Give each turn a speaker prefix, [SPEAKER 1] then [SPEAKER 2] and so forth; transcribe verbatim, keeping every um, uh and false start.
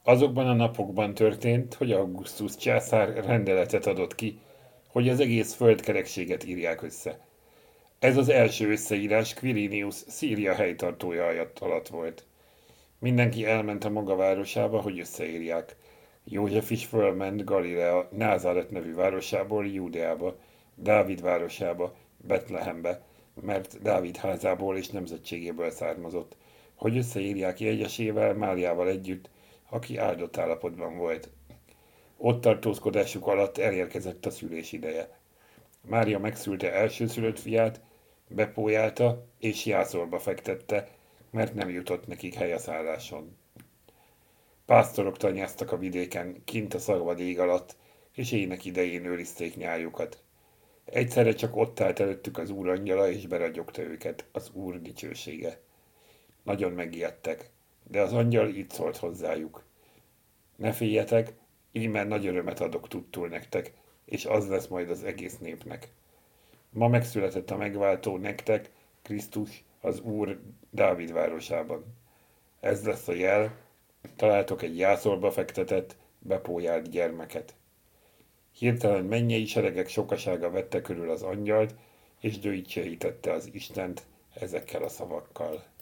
[SPEAKER 1] Azokban a napokban történt, hogy Augustus császár rendeletet adott ki, hogy az egész földkerekséget írják össze. Ez az első összeírás Quirinius Szíria helytartója alatt volt. Mindenki elment a maga városába, hogy összeírják. József is fölment Galilea Názáret nevű városából Júdeába, Dávid városába, Betlehembe, mert Dávid házából és nemzetségéből származott, hogy összeírják jegyesével, Máriával együtt, aki áldott állapotban volt. Ott tartózkodásuk alatt elérkezett a szülés ideje. Mária megszülte elsőszülött fiát, bepójálta és jászolba fektette, mert nem jutott nekik hely a szálláson. Pásztorok tanyáztak a vidéken, kint a szarvad ég alatt, és ének idején őrizték nyájukat. Egyszerre csak ott állt előttük az úr angyala, és beragyogta őket, az úr dicsősége. Nagyon megijedtek, de az angyal így szólt hozzájuk. Ne féljetek, íme nagy örömet adok tudtul nektek, és az lesz majd az egész népnek. Ma megszületett a megváltó nektek, Krisztus, az Úr Dávid városában. Ez lesz a jel, találtok egy jászolba fektetett, bepójált gyermeket. Hirtelen mennyei seregek sokasága vette körül az angyalt, és dőítsérítette az Istent ezekkel a szavakkal.